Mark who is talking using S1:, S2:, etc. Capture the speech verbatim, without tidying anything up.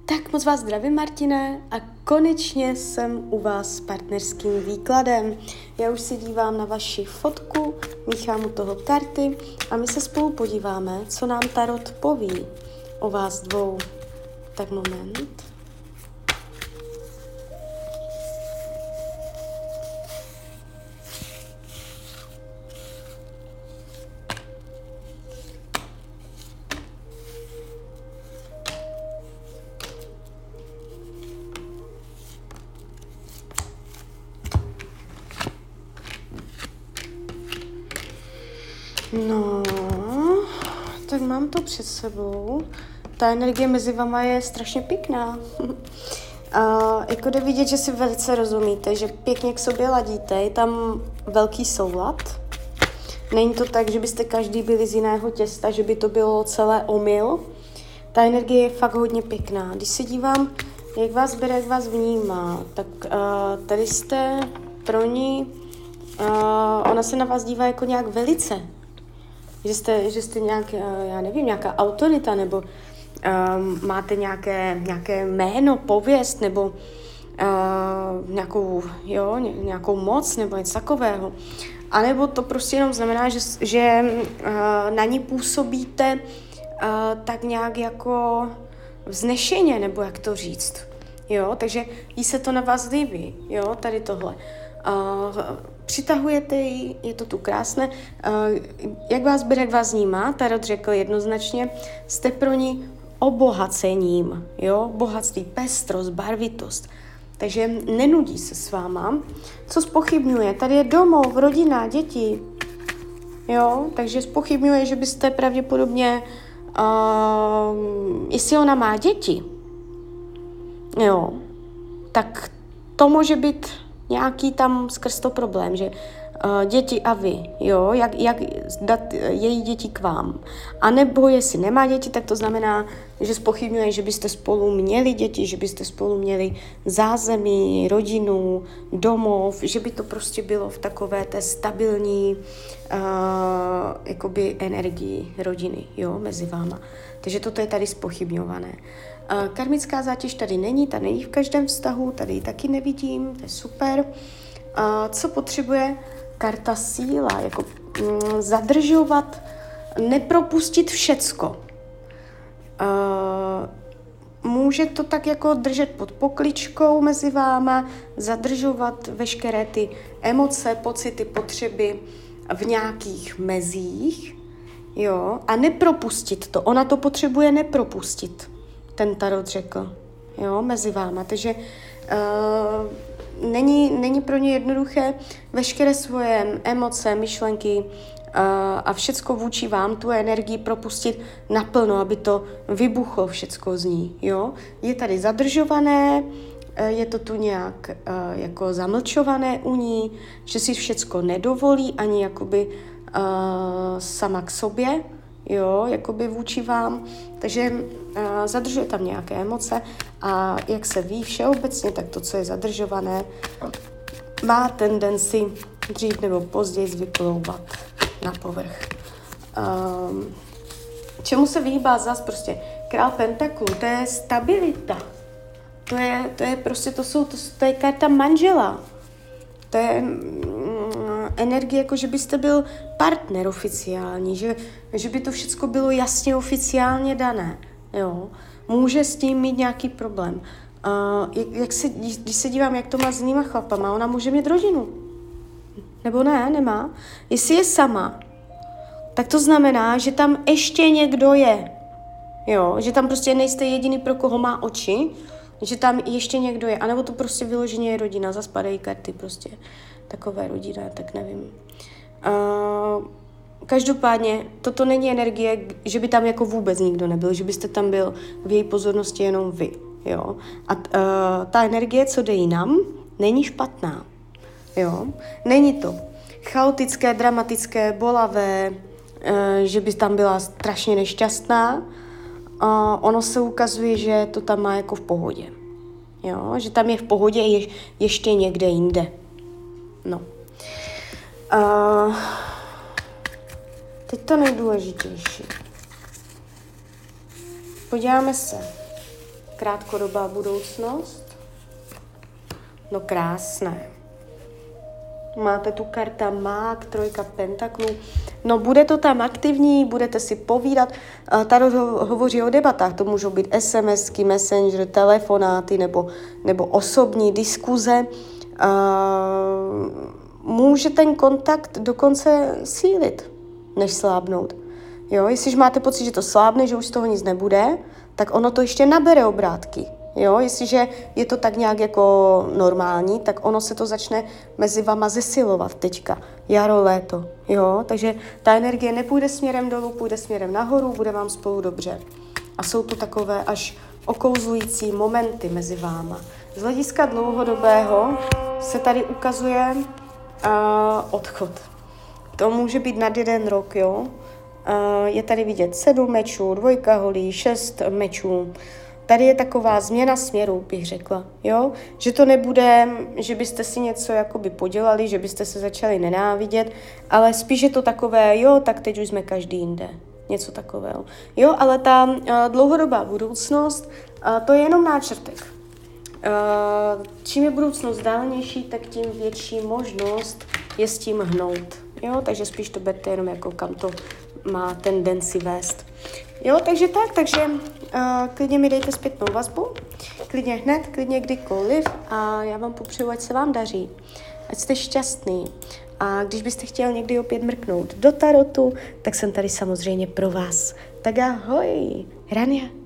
S1: Tak moc vás zdravím, Martine, a konečně jsem u vás s partnerským výkladem. Já už si dívám na vaši fotku, míchám u toho karty a my se spolu podíváme, co nám tarot poví o vás dvou. Tak moment. No, tak mám to před sebou. Ta energie mezi vama je strašně pěkná. A jako jde vidět, že si velice rozumíte, že pěkně k sobě ladíte, je tam velký soulad. Není to tak, že byste každý byli z jiného těsta, že by to bylo celé omyl. Ta energie je fakt hodně pěkná. Když se dívám, jak vás bere, jak vás vnímá, tak uh, tady jste pro ní, uh, ona se na vás dívá jako nějak velice. Že jste, že jste nějak, já nevím, nějaká autorita, nebo um, máte nějaké, nějaké jméno, pověst, nebo uh, nějakou, jo, ně, nějakou moc, nebo něco takového. A nebo to prostě jenom znamená, že, že uh, na ní působíte uh, tak nějak jako vznešeně, nebo jak to říct. Jo, takže jí se to na vás líbí, jo, tady tohle. Uh, přitahujete ji, je to tu krásné. Uh, jak vás bere, jak vás vnímá, tarot řekl jednoznačně, jste pro ní obohacením, jo, bohatství, pestrost, barvitost. Takže nenudí se s váma. Co zpochybňuje? Tady je domov, rodina, děti, jo, takže zpochybňuje, že byste pravděpodobně, uh, jestli ona má děti, jo, tak to může být nějaký tam skrz to problém, že uh, děti a vy, jo, jak, jak dát její děti k vám. A nebo jestli nemá děti, tak to znamená, že zpochybňuje, že byste spolu měli děti, že byste spolu měli zázemí, rodinu, domov, že by to prostě bylo v takové té stabilní uh, jakoby energii rodiny, jo, mezi váma. Takže toto je tady zpochybňované. Uh, karmická zátěž tady není, ta není v každém vztahu, tady ji taky nevidím, to je super. Uh, co potřebuje? Karta síla, jako um, zadržovat, nepropustit všecko. Uh, může to tak jako držet pod pokličkou mezi váma, zadržovat veškeré ty emoce, pocity, potřeby v nějakých mezích, jo, a nepropustit to. Ona to potřebuje nepropustit, ten tarot řekl, jo, mezi váma. Takže uh, není, není pro ně jednoduché veškeré svoje emoce, myšlenky uh, a všecko vůči vám, tu energii propustit naplno, aby to vybuchlo všecko z ní, jo. Je tady zadržované, je to tu nějak uh, jako zamlčované u ní, že si všecko nedovolí ani jakoby uh, sama k sobě, jo, jakoby vůči vám, takže uh, zadržuje tam nějaké emoce a jak se ví všeobecně, tak to, co je zadržované, má tendenci dřív nebo později vyplouvat na povrch. Um, čemu se vyhýbá zas prostě? Král pentaklů, to je stabilita. To je, to je prostě, to jsou, to, to je karta manžela. To je mm, energie, jako že byste byl partner oficiální, že, že by to všechno bylo jasně oficiálně dané. Jo. Může s tím mít nějaký problém. Uh, jak, jak se, když se dívám, jak to má s jinýma chlapama, ona může mít rodinu. Nebo ne, nemá. Jestli je sama, tak to znamená, že tam ještě někdo je. Jo, že tam prostě nejste jediný, pro koho má oči, že tam ještě někdo je, anebo to prostě vyloženě je rodina, zas padají karty prostě, takové rodina, tak nevím. Uh, každopádně, toto není energie, že by tam jako vůbec nikdo nebyl, že byste tam byl v její pozornosti jenom vy, jo. A uh, ta energie, co jde jinam, není špatná, jo. Není to chaotické, dramatické, bolavé, uh, že by tam byla strašně nešťastná. Uh, ono se ukazuje, že to tam má jako v pohodě. Jo? Že tam je v pohodě je, ještě někde jinde. No. Uh, teď to nejdůležitější. Podíváme se. krátkodobá budoucnost. No krásné. Máte tu karta mák, trojka pentaklů. No bude to tam aktivní, budete si povídat. Tarot hovoří o debatách, to můžou být SMSky, messenger, telefonáty nebo, nebo osobní diskuze. Může ten kontakt dokonce sílit, než slábnout. Jo, jestliže máte pocit, že to slábne, že už z toho nic nebude, tak ono to ještě nabere obrátky. Jo, jestliže je to tak nějak jako normální, tak ono se to začne mezi vama zesilovat teďka. Jaro, léto. Jo, takže ta energie nepůjde směrem dolů, půjde směrem nahoru, bude vám spolu dobře. A jsou to takové až okouzlující momenty mezi váma. Z hlediska dlouhodobého se tady ukazuje uh, odchod. To může být nad jeden rok, jo. Uh, je tady vidět sedm mečů, dvojka holí, šest mečů. Tady je taková změna směru, bych řekla, jo? Že to nebude, že byste si něco jakoby podělali, že byste se začali nenávidět, ale spíš je to takové, jo, tak teď už jsme každý jinde. Něco takového. Jo, ale ta uh, dlouhodobá budoucnost, uh, to je jenom náčrtek. Uh, čím je budoucnost dálnější, tak tím větší možnost je s tím hnout. Jo, takže spíš to berte jenom jako kam to má tendenci vést. Jo, takže tak, takže uh, klidně mi dejte zpětnou vazbu, klidně hned, klidně kdykoliv a já vám popřeju, ať se vám daří, ať jste šťastný. A když byste chtěl někdy opět mrknout do tarotu, tak jsem tady samozřejmě pro vás. Tak ahoj, Rania.